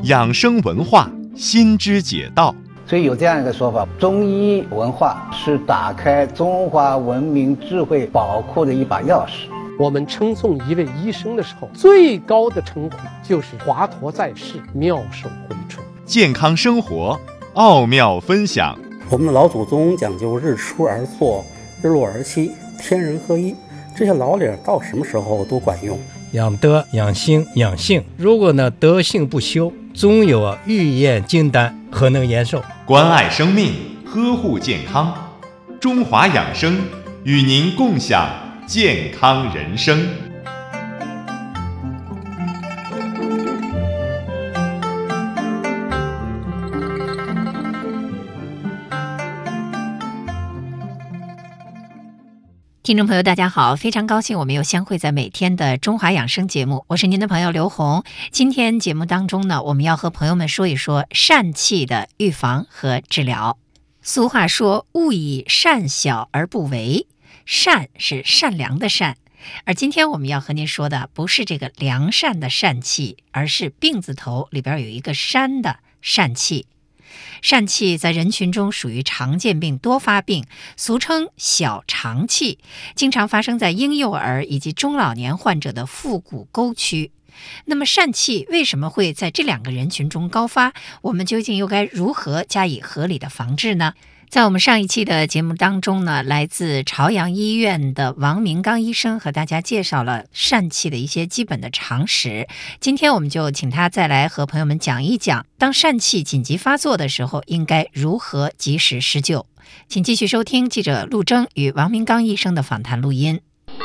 养生文化新知解道。 所以有这样一个说法，中医文化是打开中华文明智慧宝库的一把钥匙。 我们称颂一位医生的时候，最高的称呼就是华佗在世，妙手回春。 健康生活奥妙分享。 我们的老祖宗讲究日出而作，日落而息，天人合一，这些老理到什么时候都管用。 养德、养心、养性，如果呢德性不修，终有欲验金丹，何能延寿？ 关爱生命，呵护健康，中华养生与您共享健康人生。 听众朋友大家好，非常高兴我们又相会在每天的中华养生节目，我是您的朋友刘红。今天节目当中呢，我们要和朋友们说一说疝气的预防和治疗。俗话说，勿以善小而不为，善是善良的善，而今天我们要和您说的不是这个良善的疝气，而是病字头里边有一个山的疝气。疝气在人群中属于常见病多发病，俗称小肠气，经常发生在婴幼儿以及中老年患者的腹股沟区。那么疝气为什么会在这两个人群中高发？我们究竟又该如何加以合理的防治呢？在我们上一期的节目当中呢，来自朝阳医院的王明刚医生和大家介绍了疝气的一些基本的常识。今天我们就请他再来和朋友们讲一讲，当疝气紧急发作的时候，应该如何及时施救。请继续收听记者陆征与王明刚医生的访谈录音。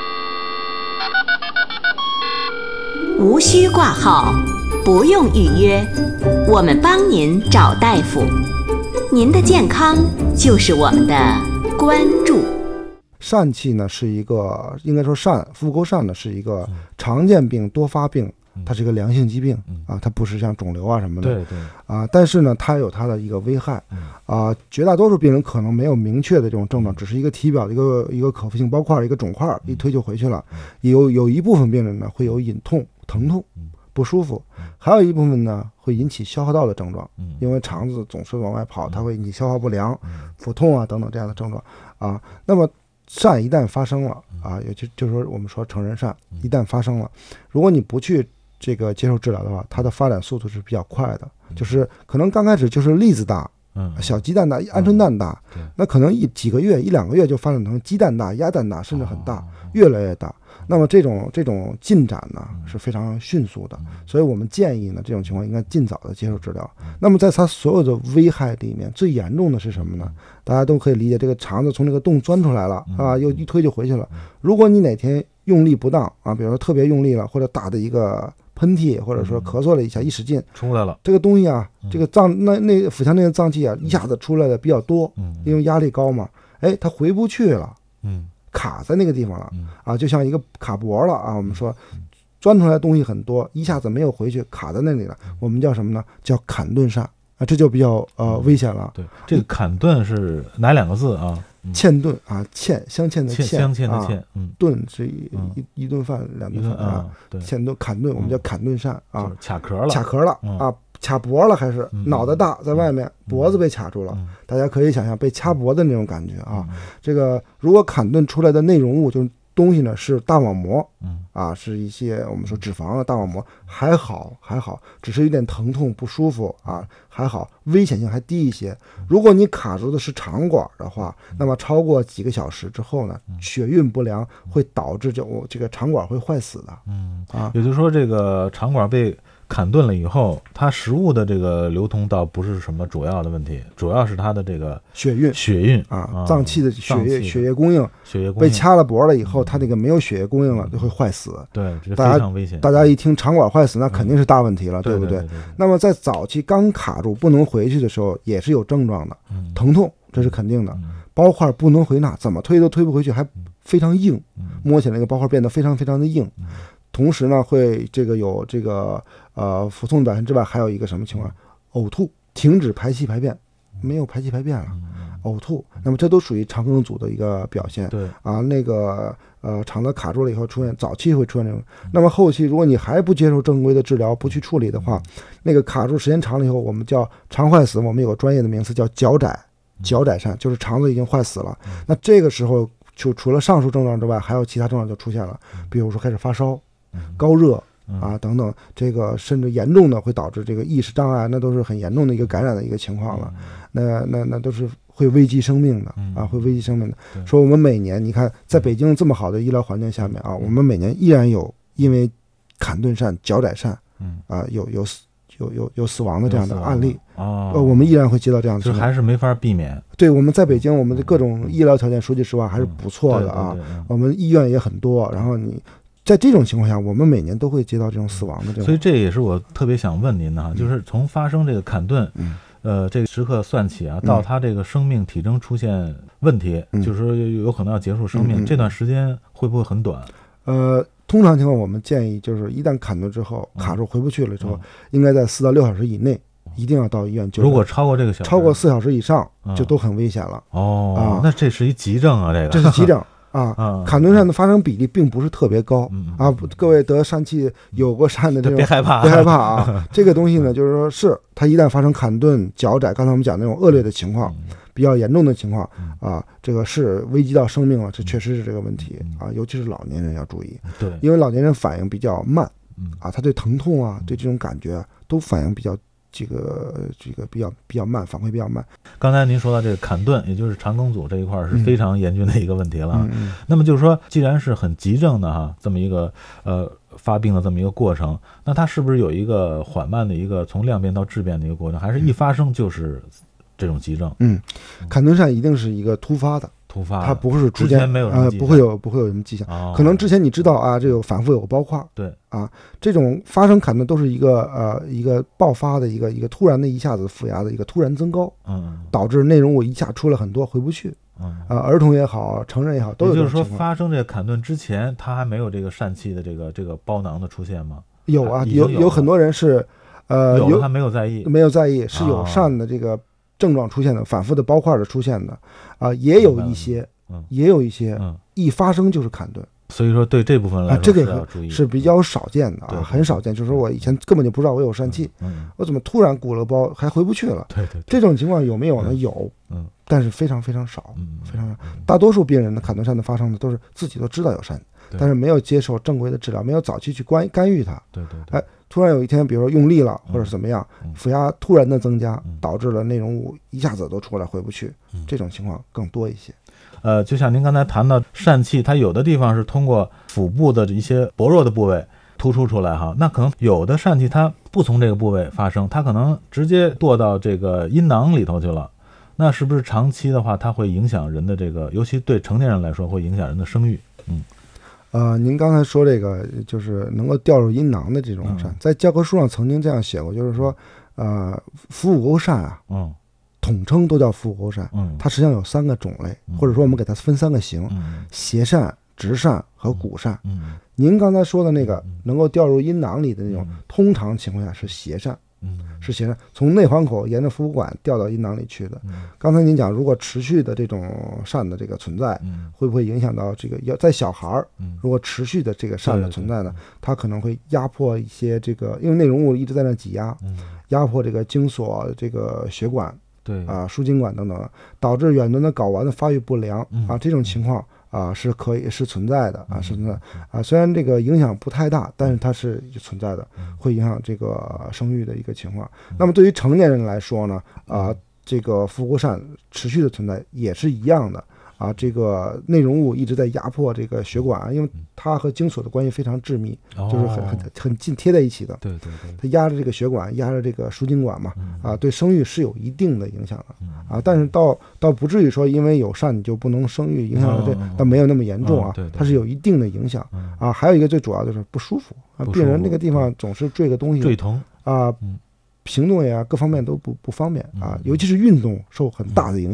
无需挂号，不用预约，我们帮您找大夫。您的健康就是我们的关注。 疝气呢是一个，应该说腹沟疝呢是一个常见病多发病，它是一个良性疾病啊，它不是像肿瘤啊什么的， 对啊，但是呢它有它的一个危害啊，绝大多数病人可能没有明确的这种症状，只是一个体表的一个可复性包块，一个肿块，一推就回去了。有一部分病人呢会有隐痛、疼痛、不舒服，还有一部分呢会引起消化道的症状，因为肠子总是往外跑，它会引起消化不良、腹痛啊等等这样的症状啊。那么疝一旦发生了啊，就是说我们说成人疝一旦发生了，如果你不去这个接受治疗的话，它的发展速度是比较快的，就是可能刚开始就是粒子大，小鸡蛋大、鹌鹑蛋大，那可能几个月、1-2个月就发展成鸡蛋大、鸭蛋大，甚至很大，越来越大。那么这种进展呢是非常迅速的，所以我们建议呢这种情况应该尽早的接受治疗。那么在它所有的危害里面，最严重的是什么呢？大家都可以理解，这个肠子从这个洞钻出来了啊，又一推就回去了。如果你哪天用力不当啊，比如说特别用力了，或者打的一个喷嚏，或者说咳嗽了一下，一使劲出来了， 这个东西啊，这个那腹腔内的脏器啊，一下子出来的比较多，因为压力高嘛，哎，它回不去了，卡在那个地方了啊，就像一个卡脖了啊。我们说钻出来的东西很多，一下子没有回去，卡在那里了，我们叫什么呢？叫坎顿疝啊，这就比较危险了。 对，这个坎顿是哪两个字啊？ 欠顿啊，镶嵌的镶嵌的嵌， 顿是一顿饭2顿饭啊，欠顿坎顿我们叫坎顿疝啊， 卡壳了啊，卡脖了还是脑袋大在外面，脖子被卡住了，大家可以想象被掐脖的那种感觉啊。这个如果坎顿出来的内容物就是东西呢是大网膜，啊，是一些我们说脂肪的大网膜，还好，只是有点疼痛不舒服啊，还好，危险性还低一些。如果你卡住的是肠管的话，那么超过几个小时之后呢，血运不良会导致这个肠管会坏死的，啊， 也就是说这个肠管被坎顿了以后，它食物的这个流通倒不是什么主要的问题，主要是它的这个血运啊， 脏器的血液供应被掐了脖了以后，它这个没有血液供应了，就会坏死。 对，这非常危险。 大家一听肠管坏死，那肯定是大问题了，对不对？那么在早期刚卡住不能回去的时候，也是有症状的，疼痛，这是肯定的。包块不能回纳，怎么推都推不回去，还非常硬，摸起来那个包块变得非常非常的硬。同时呢，会有腹痛表现之外，还有一个什么情况？呕吐，停止排气排便，没有排气排便了。 呕吐，那么这都属于肠梗阻的一个表现。 对啊，那个肠子卡住了以后早期会出现这种，那么后期如果你还不接受正规的治疗，不去处理的话，那个卡住时间长了以后，我们叫肠坏死，我们有个专业的名词叫脚窄疝，就是肠子已经坏死了。那这个时候就除了上述症状之外，还有其他症状就出现了，比如说开始发烧、高热啊等等，这个甚至严重的会导致这个意识障碍，那都是很严重的一个感染的一个情况了。那都是会危及生命的啊，会危及生命的。说我们每年你看，在北京这么好的医疗环境下面啊，我们每年依然有因为坎顿疝、脚窄疝有死亡的这样的案例我们依然会接到这样的情况， 还是没法避免。 对，我们在北京，我们的各种医疗条件，说句实话还是不错的啊。我们医院也很多，然后你在这种情况下，我们每年都会接到这种死亡的这种。 所以这也是我特别想问您的哈，就是从发生这个坎顿这个时刻算起啊，到他这个生命体征出现问题，就是说有可能要结束生命，这段时间会不会很短？ 通常情况我们建议就是一旦坎顿之后卡住回不去了之后，应该在4到6小时以内一定要到医院救。 如果超过这个小时， 超过4小时以上就都很危险了。 那这是一急症啊， 这是急症啊。坎顿疝的发生比例并不是特别高啊。各位得疝气有过疝的这种， 别害怕啊。这个东西呢，就是说是它一旦发生坎顿、脚窄，刚才我们讲那种恶劣的情况，比较严重的情况啊，这个是危及到生命了，这确实是这个问题啊，尤其是老年人要注意。 对， 因为老年人反应比较慢啊，他对疼痛啊，对这种感觉都反应比较这个比较慢，反馈比较慢。 刚才您说到这个坎顿，也就是肠梗阻这一块是非常严峻的一个问题了。那么就是说，既然是很急症的哈，这么一个发病的这么一个过程，那它是不是有一个缓慢的一个从量变到质变的一个过程，还是一发生就是这种急症？ 坎顿疝一定是一个突发的，它不是逐渐没有不会有什么迹象。可能之前你知道啊，这个反复有个包块， 对啊，这种发生坎顿都是一个爆发的一个突然的一下子腹压的一个突然增高，导致内容物一下出了很多回不去。儿童也好，成人也好，都有这种情况。 也就是说，发生这个坎顿之前，他还没有这个疝气的这个包囊的出现吗？ 有啊，有很多人是有他没有在意， 是有疝的这个症状出现的，反复的包块的出现的也有一些一发生就是坎顿。 所以说对这部分来说这个是比较少见的很少见。就是说我以前根本就不知道我有疝气，我怎么突然鼓了个包还回不去了？ 对， 这种情况有没有呢？有，但是非常非常少，非常少。大多数病人的坎顿疝的发生的都是自己都知道有疝，但是没有接受正规的治疗，没有早期去干预它。 对， 突然有一天，比如说用力了，或者是怎么样，腹压突然的增加，导致了内容物一下子都出来回不去，这种情况更多一些。 就像您刚才谈到疝气，它有的地方是通过腹部的一些薄弱的部位突出出来哈，那可能有的疝气它不从这个部位发生，它可能直接堕到这个阴囊里头去了。那是不是长期的话，它会影响人的这个，尤其对成年人来说，会影响人的生育？ 您刚才说这个就是能够掉入阴囊的这种疝，在教科书上曾经这样写过，就是说，腹股沟疝啊，统称都叫腹股沟疝，它实际上有3个种类，或者说我们给它分3个型，斜疝、直疝和骨疝。您刚才说的那个能够掉入阴囊里的那种，通常情况下是斜疝。是斜疝，从内环口沿着腹股管掉到阴囊里去的。刚才您讲，如果持续的这种疝的这个存在，会不会影响到这个在小孩儿？如果持续的这个疝的存在呢，它可能会压迫一些这个，因为内容物一直在那挤压，压迫这个精索、这个血管，输精管等等，导致远端的睾丸的发育不良这种情况。是存在的是存在虽然这个影响不太大，但是它是存在的，会影响这个生育的一个情况。那么对于成年人来说呢，这个腹股疝持续的存在也是一样的这个内容物一直在压迫这个血管因为它和精索的关系非常致密，就是很近贴在一起的。 对， 它压着这个血管，压着这个输精管嘛，对生育是有一定的影响的但是倒不至于说因为有疝你就不能生育，影响到但没有那么严重它是有一定的影响还有一个最主要就是不舒服病人那个地方总是坠个东西， 坠疼行动呀各方面都不方便尤其是运动受很大的影响。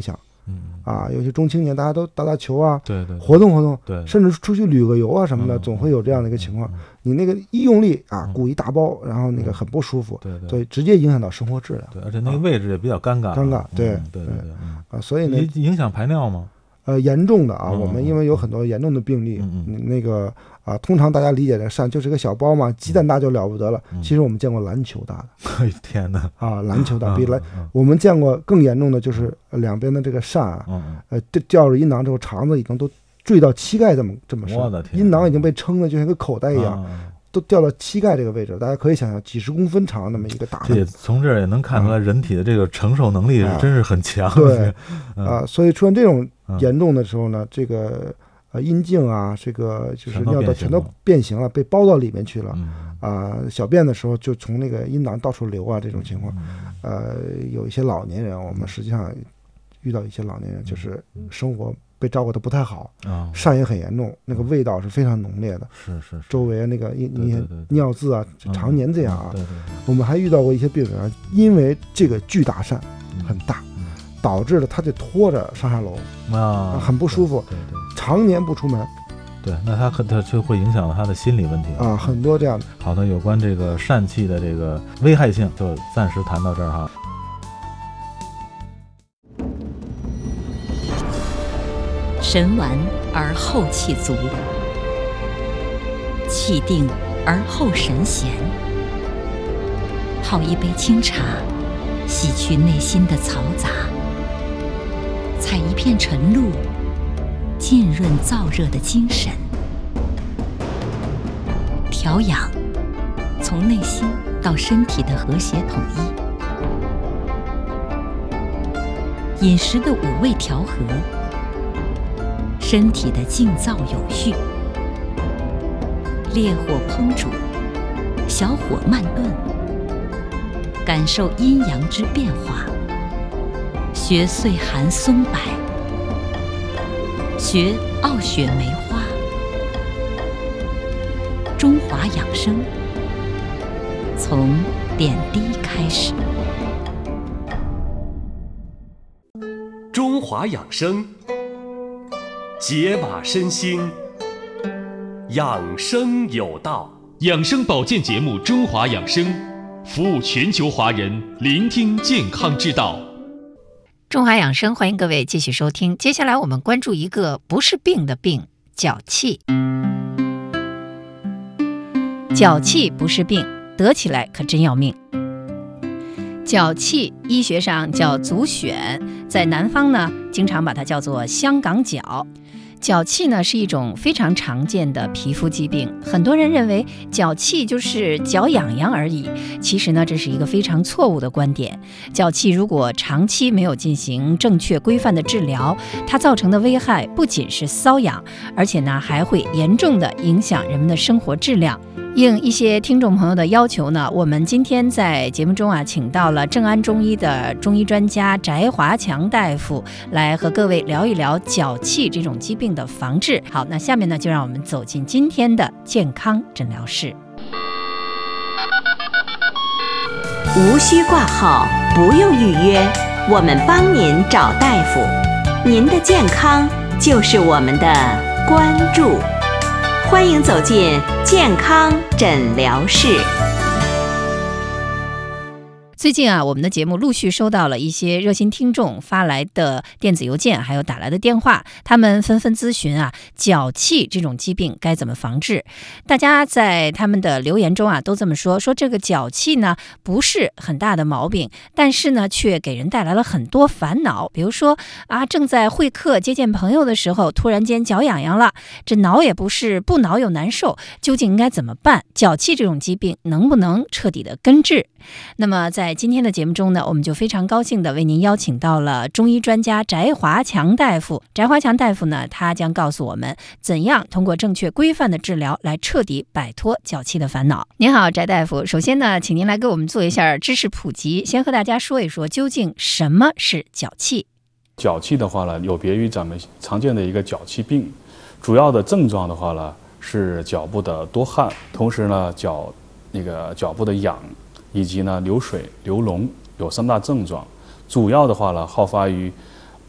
有些中青年大家都打打球啊， 对， 活动活动， 对， 甚至出去旅个游啊什么的，总会有这样的一个情况。你那个一用力啊，鼓一大包，然后那个很不舒服， 对， 所以直接影响到生活质量。 对，而且那个位置也比较尴尬， 对，所以呢， 影响排尿吗？ 严重的啊，我们因为有很多严重的病例，那个通常大家理解的疝就是个小包嘛，鸡蛋大就了不得了。其实我们见过篮球大的， 天哪篮球大，我们见过更严重的，就是两边的这个疝啊，掉入阴囊之后，肠子已经都坠到膝盖这么深，阴囊已经被撑的就像个口袋一样。都掉到膝盖这个位置，大家可以想象几十公分长那么一个大的。 这从这儿也能看出来人体的这个承受能力真是很强。 对，所以出现这种严重的时候呢，这个阴茎啊，这个就是尿道全都变形了，被包到里面去了。小便的时候就从那个阴囊到处流啊，这种情况。有一些老年人，我们实际上遇到一些老年人，就是生活被照顾的不太好，疝也很严重，那个味道是非常浓烈的， 是周围那个尿渍啊，常年这样啊。我们还遇到过一些病人啊，因为这个巨大疝很大，导致了他得拖着上下楼很不舒服，常年不出门。 对，那他就会影响了他的心理问题很多这样的。 好的，有关这个疝气的这个危害性就暂时谈到这儿哈。 神完而后气足，气定而后神闲。泡一杯清茶，洗去内心的嘈杂；采一片晨露，浸润燥热的精神。调养，从内心到身体的和谐统一；饮食的5味调和，身体的静躁有序。烈火烹煮，小火慢炖，感受阴阳之变化。学岁寒松柏，学傲雪梅花。中华养生，从点滴开始。 中华养生，解码身心，养生有道。 养生保健节目《中华养生》，服务全球华人，聆听健康之道。 中华养生，欢迎各位继续收听。接下来我们关注一个不是病的病，脚气。脚气不是病，得起来可真要命。脚气医学上叫足癣，在南方呢，经常把它叫做香港脚。脚气呢是一种非常常见的皮肤疾病，很多人认为脚气就是脚痒痒而已，其实呢这是一个非常错误的观点。脚气如果长期没有进行正确规范的治疗，它造成的危害不仅是瘙痒，而且呢还会严重的影响人们的生活质量。应一些听众朋友的要求呢，我们今天在节目中请到了正安中医的中医专家翟华强大夫来和各位聊一聊脚气这种疾病的防治。好，那下面呢就让我们走进今天的健康诊疗室。 无需挂号，不用预约，我们帮您找大夫。您的健康就是我们的关注。欢迎走进健康诊疗室。 最近我们的节目陆续收到了一些热心听众发来的电子邮件，还有打来的电话，他们纷纷咨询脚气这种疾病该怎么防治。大家在他们的留言中都这么说这个脚气呢不是很大的毛病，但是呢却给人带来了很多烦恼。比如说正在会客接见朋友的时候，突然间脚痒痒了，这挠也不是，不挠又难受，究竟应该怎么办？脚气这种疾病能不能彻底的根治？那么在今天的节目中呢，我们就非常高兴的为您邀请到了中医专家翟华强大夫。翟华强大夫呢，他将告诉我们怎样通过正确规范的治疗来彻底摆脱脚气的烦恼。您好，翟大夫。首先呢，请您来给我们做一下知识普及，先和大家说一说究竟什么是脚气。 脚气的话呢，有别于咱们常见的一个脚气病，主要的症状的话呢是脚部的多汗，同时呢脚部的痒，以及呢流水流脓，有3大症状。主要的话呢好发于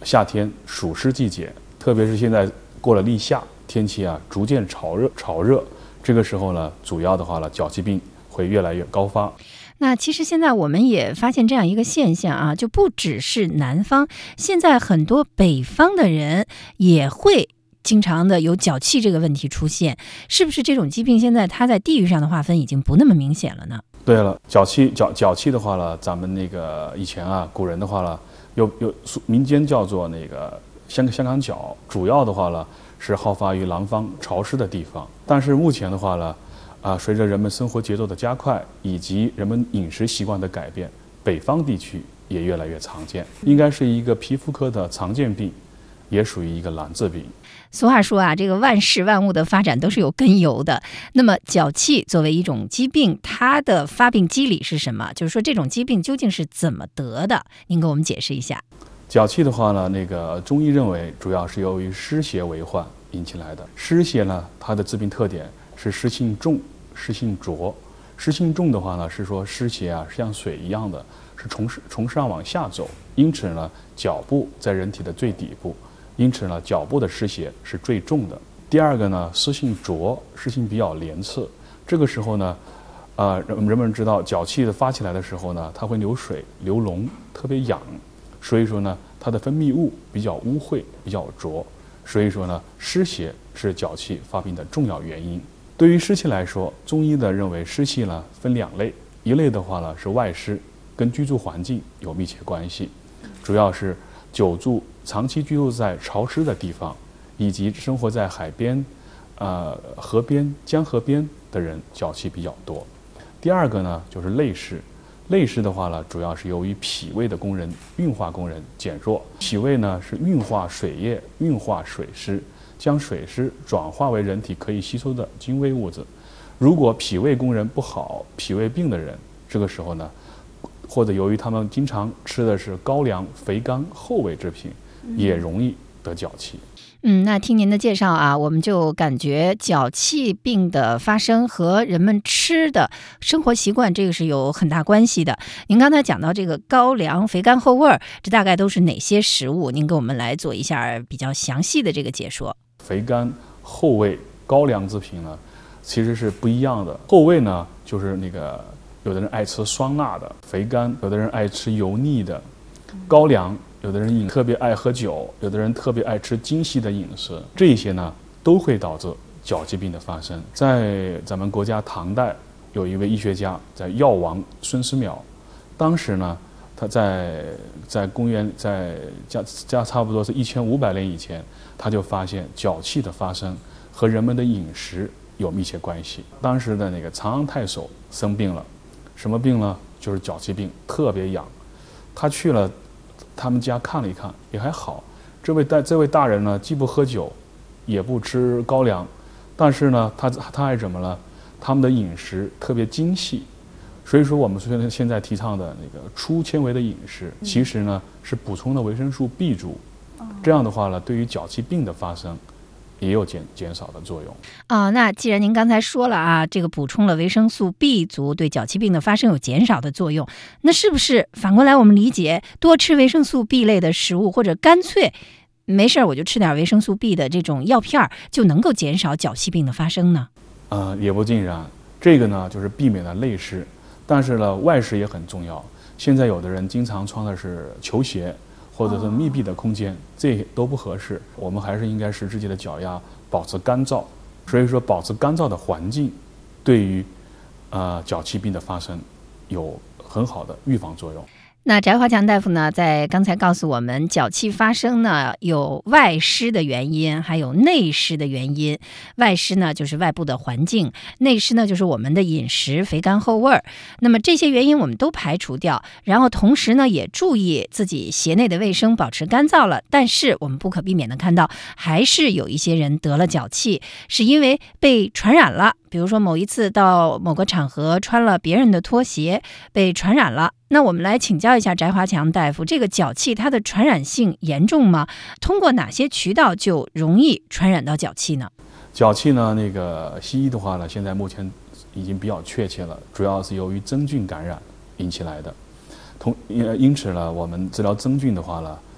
夏天暑湿季节，特别是现在过了立夏，天气啊逐渐潮热，这个时候呢，主要的话呢，脚气病会越来越高发。 那其实现在我们也发现这样一个现象啊，就不只是南方，现在很多北方的人也会经常的有脚气这个问题出现，是不是这种疾病现在它在地域上的划分已经不那么明显了呢？ 对了，脚气的话呢，咱们那个以前啊，古人的话呢，有民间叫做那个香港脚，主要的话呢是好发于南方潮湿的地方，但是目前的话呢，随着人们生活节奏的加快以及人们饮食习惯的改变，北方地区也越来越常见，应该是一个皮肤科的常见病，也属于一个难治病。 俗话说啊，这个万事万物的发展都是有根由的。那么脚气作为一种疾病，它的发病机理是什么？就是说这种疾病究竟是怎么得的？您给我们解释一下。 脚气的话呢，那个中医认为主要是由于湿邪为患引起来的。湿邪呢，它的致病特点是湿性重、湿性浊。湿性重的话呢，是说湿邪啊是像水一样的，是从上往下走，因此呢，脚部在人体的最底部。因此呢，脚部的湿邪是最重的。第二个呢，湿性浊，湿性比较连刺。这个时候呢，人们知道脚气的发起来的时候呢，它会流水、流脓，特别痒。所以说呢，它的分泌物比较污秽、比较浊。所以说呢，湿邪是脚气发病的重要原因。对于湿气来说，中医呢认为湿气呢分两类，一类的话呢是外湿，跟居住环境有密切关系，主要是长期居住在潮湿的地方，以及生活在海边、河边、江河边的人，脚气比较多。第二个呢，就是内湿。内湿的话呢，主要是由于脾胃的功能、运化功能减弱。脾胃呢是运化水液、运化水湿，将水湿转化为人体可以吸收的精微物质。如果脾胃功能不好、脾胃病的人，这个时候呢，或者由于他们经常吃的是高粱、肥甘、厚味制品，也容易得脚气。 那听您的介绍啊，我们就感觉脚气病的发生和人们吃的生活习惯这个是有很大关系的。您刚才讲到这个高粱、肥甘、厚味，这大概都是哪些食物？您给我们来做一下比较详细的这个解说。 肥甘、厚味、高粱制品呢，其实是不一样的。厚味呢，就是那个有的人爱吃酸辣的；肥甘，有的人爱吃油腻的；高粱，有的人特别爱喝酒，有的人特别爱吃精细的饮食，这一些呢都会导致脚气病的发生。在咱们国家唐代有一位医学家叫药王孙思邈，当时呢他在公元在差不多是1500年以前，他就发现脚气的发生和人们的饮食有密切关系。当时的那个长安太守生病了，什么病呢？就是脚气病，特别痒。他去了他们家看了一看，也还好。这位大人呢，既不喝酒，也不吃高粱，但是呢，他爱什么呢？他们的饮食特别精细。所以说，我们现在提倡的那个粗纤维的饮食，其实呢是补充了维生素 B 族。这样的话呢，对于脚气病的发生也有减少的作用。 那既然您刚才说了啊，这个补充了维生素 B 族对脚气病的发生有减少的作用，那是不是反过来我们理解，多吃维生素 B 类的食物，或者干脆没事我就吃点维生素 B 的这种药片，就能够减少脚气病的发生呢？ 也不尽然。这个呢就是避免了内湿，但是呢外湿也很重要。现在有的人经常穿的是球鞋，或者是密闭的空间，这都不合适。我们还是应该使自己的脚丫保持干燥。所以说，保持干燥的环境，对于脚气病的发生有很好的预防作用。 那翟华强大夫呢，在刚才告诉我们，脚气发生呢有外湿的原因，还有内湿的原因。外湿呢就是外部的环境，内湿呢就是我们的饮食肥甘厚味。那么这些原因我们都排除掉，然后同时呢也注意自己鞋内的卫生，保持干燥了。但是我们不可避免的看到，还是有一些人得了脚气，是因为被传染了。比如说某一次到某个场合穿了别人的拖鞋被传染了，那我们来请教一下翟华强大夫，这个脚气它的传染性严重吗？通过哪些渠道就容易传染到脚气呢？ 脚气呢，那个西医的话呢，现在目前已经比较确切了，主要是由于真菌感染引起来的。因此呢，我们治疗真菌的话呢，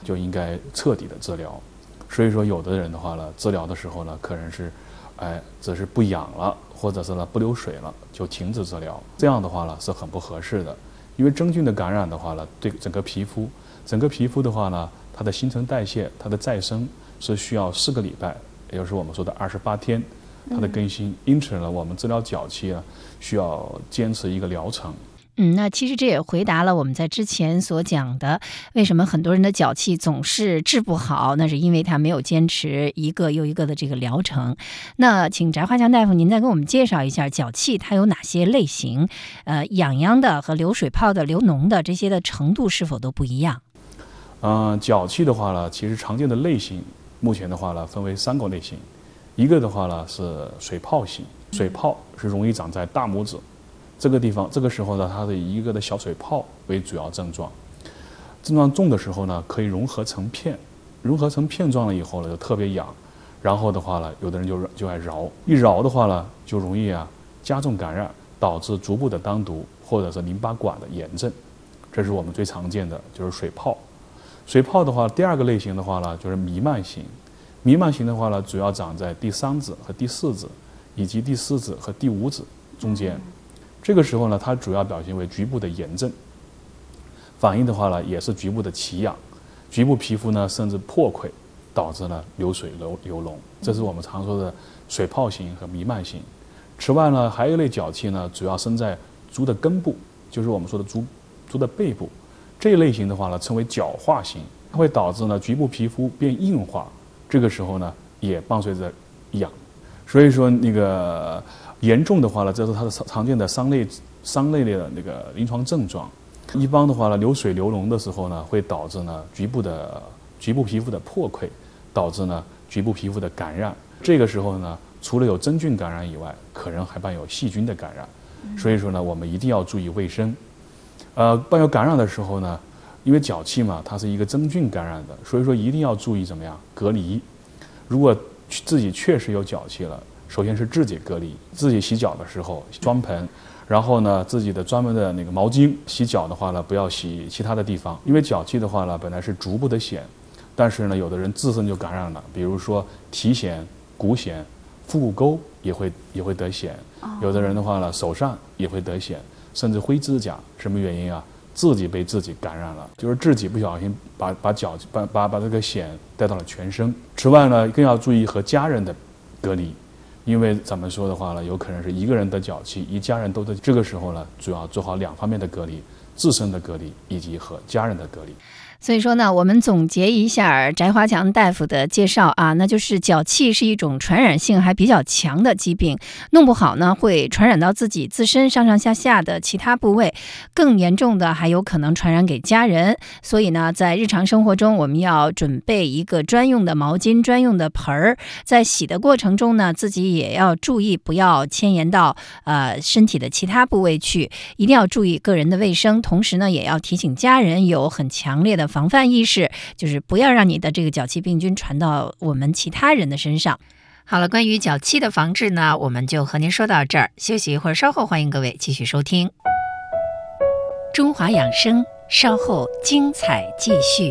就应该彻底的治疗。所以说有的人的话呢，治疗的时候呢，可能是只是不痒了，或者是呢不流水了，就停止治疗，这样的话呢是很不合适的。因为真菌的感染的话呢，对整个皮肤的话呢，它的新陈代谢、它的再生是需要4个礼拜，也就是我们说的28天，它的更新。因此呢，我们治疗脚气呢，需要坚持一个疗程。 那其实这也回答了我们在之前所讲的，为什么很多人的脚气总是治不好，那是因为他没有坚持一个又一个的这个疗程。那请翟华强大夫您再给我们介绍一下脚气它有哪些类型，痒痒的和流水泡的、流脓的这些的程度是否都不一样？ 脚气的话呢，其实常见的类型目前的话呢分为3个类型，一个的话呢是水泡型，水泡是容易长在大拇指这个地方，这个时候呢，它的一个的小水泡为主要症状，症状重的时候呢，可以融合成片，融合成片状了以后呢，就特别痒，然后的话呢，有的人就爱挠，一挠的话呢，就容易加重感染，导致足部的当毒或者是淋巴管的炎症，这是我们最常见的，就是水泡。水泡的话，第2个类型的话呢，就是弥漫型。弥漫型的话呢，主要长在第3指和第4指，以及第4指和第5指中间。这个时候呢，它主要表现为局部的炎症，反应的话呢，也是局部的奇痒，局部皮肤呢甚至破溃，导致了流水流脓，这是我们常说的水泡型和弥漫型。此外呢，还有一类脚气呢，主要生在足的根部，就是我们说的足的背部，这一类型的话呢，称为角化型，它会导致呢局部皮肤变硬化，这个时候呢也伴随着痒。所以说那个严重的话呢，这是它的常见的3类的那个临床症状。一般的话呢，流水流脓的时候呢，会导致呢局部皮肤的破溃，导致呢局部皮肤的感染。这个时候呢，除了有真菌感染以外，可能还伴有细菌的感染。所以说呢，我们一定要注意卫生。伴有感染的时候呢，因为脚气嘛，它是一个真菌感染的，所以说一定要注意怎么样隔离。如果自己确实有脚气了，首先是自己隔离，自己洗脚的时候装盆，然后呢自己的专门的那个毛巾洗脚的话呢，不要洗其他的地方，因为脚气的话呢本来是足部的癣，但是呢有的人自身就感染了，比如说蹄癣、骨癣、腹股沟也会得癣，有的人的话呢手上也会得癣，甚至灰指甲，什么原因啊？自己被自己感染了，就是自己不小心把这个癣带到了全身。此外呢，更要注意和家人的隔离，因为咱们说的话呢，有可能是一个人得脚气，一家人都得，这个时候呢，主要做好2方面的隔离，自身的隔离以及和家人的隔离。 所以说呢，我们总结一下翟华强大夫的介绍啊，那就是脚气是一种传染性还比较强的疾病，弄不好呢会传染到自己自身上上下下的其他部位，更严重的还有可能传染给家人。所以呢，在日常生活中，我们要准备一个专用的毛巾、专用的盆儿，在洗的过程中呢，自己也要注意不要牵延到身体的其他部位去，一定要注意个人的卫生，同时呢，也要提醒家人有很强烈的防范意识，就是不要让你的这个脚气病菌传到我们其他人的身上。好了，关于脚气的防治呢，我们就和您说到这儿，休息一会儿，稍后欢迎各位继续收听中华养生，稍后精彩继续。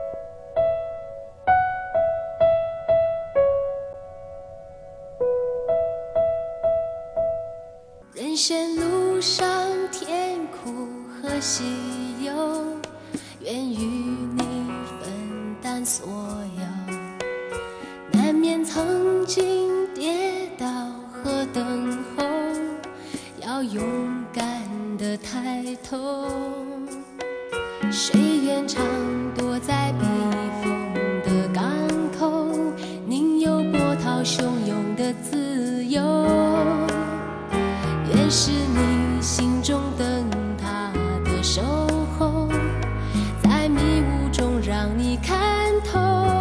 人生路上甜苦和喜忧，愿与你分担所有，难免曾经跌倒和等候，要勇敢地抬头。谁愿常躲在避风的港口，宁有波涛汹涌的自由。愿是你心中灯塔的守候，在迷雾中让你看透。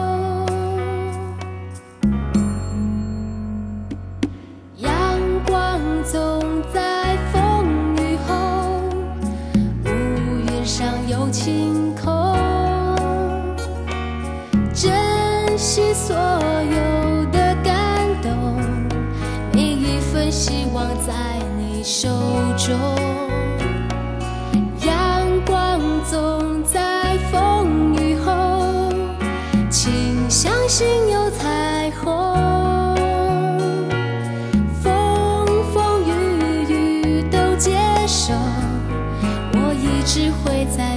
阳光总在风雨后，乌云上有晴空。珍惜所有的感动，每一份希望在你手中。阳光总在风雨后， 只会在